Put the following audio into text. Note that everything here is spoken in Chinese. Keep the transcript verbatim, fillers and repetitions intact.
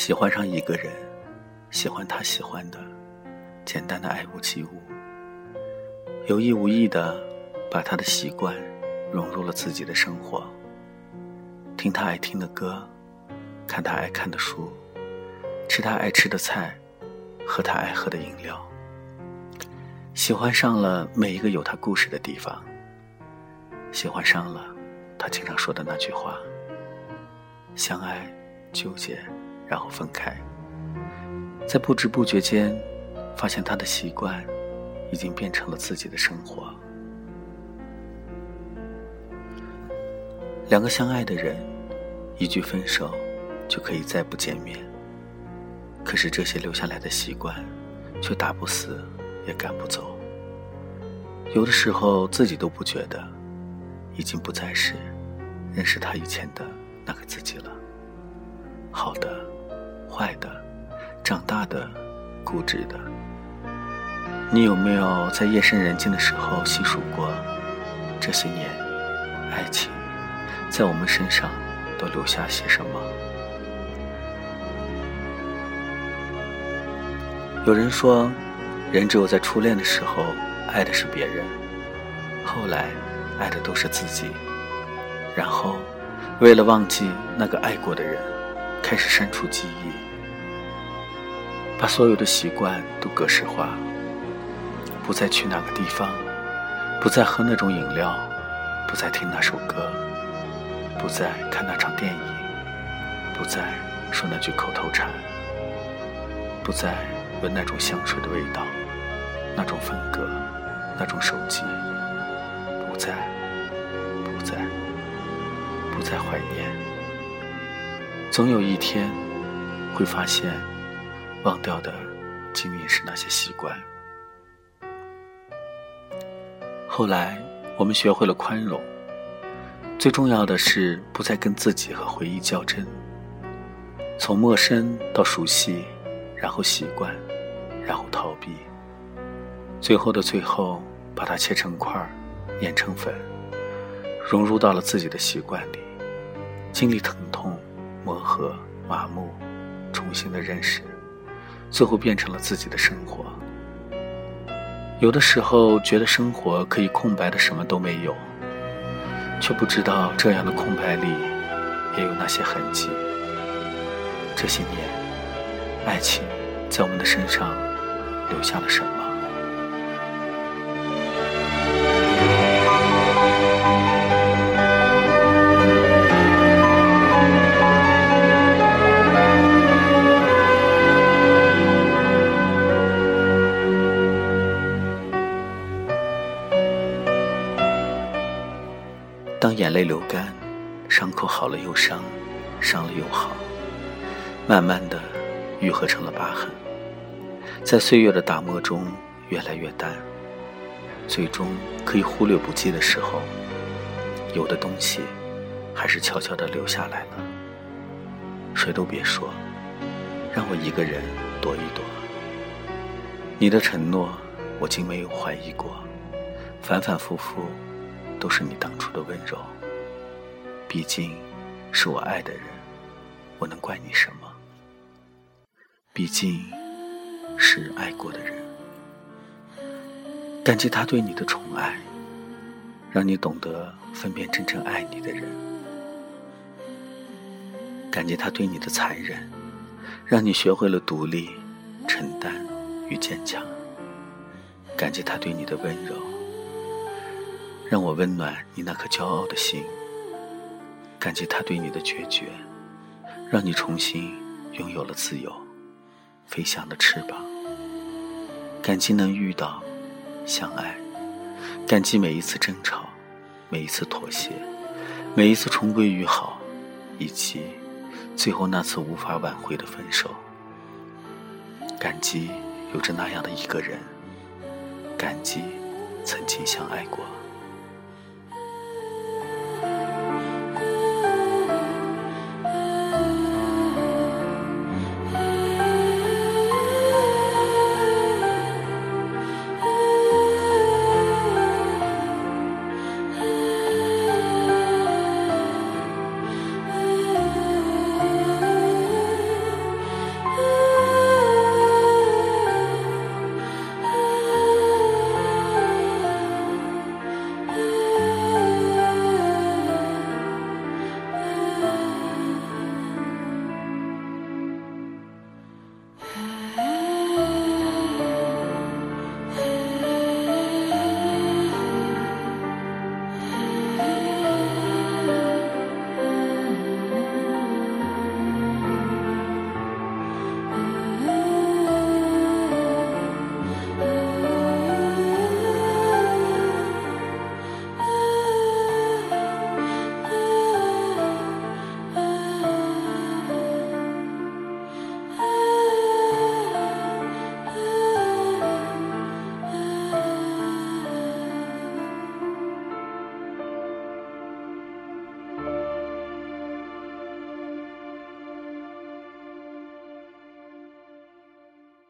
喜欢上一个人，喜欢他喜欢的，简单的爱屋及乌，有意无意的把他的习惯融入了自己的生活，听他爱听的歌，看他爱看的书，吃他爱吃的菜，喝他爱喝的饮料，喜欢上了每一个有他故事的地方，喜欢上了他经常说的那句话，相爱纠结然后分开，在不知不觉间发现他的习惯已经变成了自己的生活。两个相爱的人，一句分手就可以再不见面，可是这些留下来的习惯却打不死也赶不走，有的时候自己都不觉得已经不再是认识他以前的那个自己了，好的坏的，长大的固执的。你有没有在夜深人静的时候细数过这些年爱情在我们身上都留下些什么？有人说，人只有在初恋的时候爱的是别人，后来爱的都是自己，然后为了忘记那个爱过的人，开始删除记忆，把所有的习惯都格式化，不再去那个地方，不再喝那种饮料，不再听那首歌，不再看那场电影，不再说那句口头禅，不再闻那种香水的味道，那种风格，那种手机，不再不再不再怀念。总有一天会发现，忘掉的仅仅是那些习惯。后来我们学会了宽容，最重要的是不再跟自己和回忆较真，从陌生到熟悉，然后习惯，然后逃避，最后的最后把它切成块，碾成粉，融入到了自己的习惯里，经历疼痛、磨合、麻木，重新的认识，最后变成了自己的生活。有的时候觉得生活可以空白的什么都没有，却不知道这样的空白里也有那些痕迹。这些年，爱情在我们的身上留下了什么？当眼泪流干，伤口好了又伤，伤了又好，慢慢的愈合成了疤痕，在岁月的打磨中越来越淡，最终可以忽略不计的时候，有的东西还是悄悄地留下来了。谁都别说，让我一个人躲一躲。你的承诺我竟没有怀疑过，反反复复都是你当初的温柔，毕竟是我爱的人，我能怪你什么？毕竟是爱过的人。感激他对你的宠爱，让你懂得分辨真正爱你的人。感激他对你的残忍，让你学会了独立、承担与坚强。感激他对你的温柔，让我温暖你那颗骄傲的心。感激他对你的决绝，让你重新拥有了自由飞翔的翅膀。感激能遇到相爱，感激每一次争吵，每一次妥协，每一次重归于好，以及最后那次无法挽回的分手。感激有着那样的一个人，感激曾经相爱过。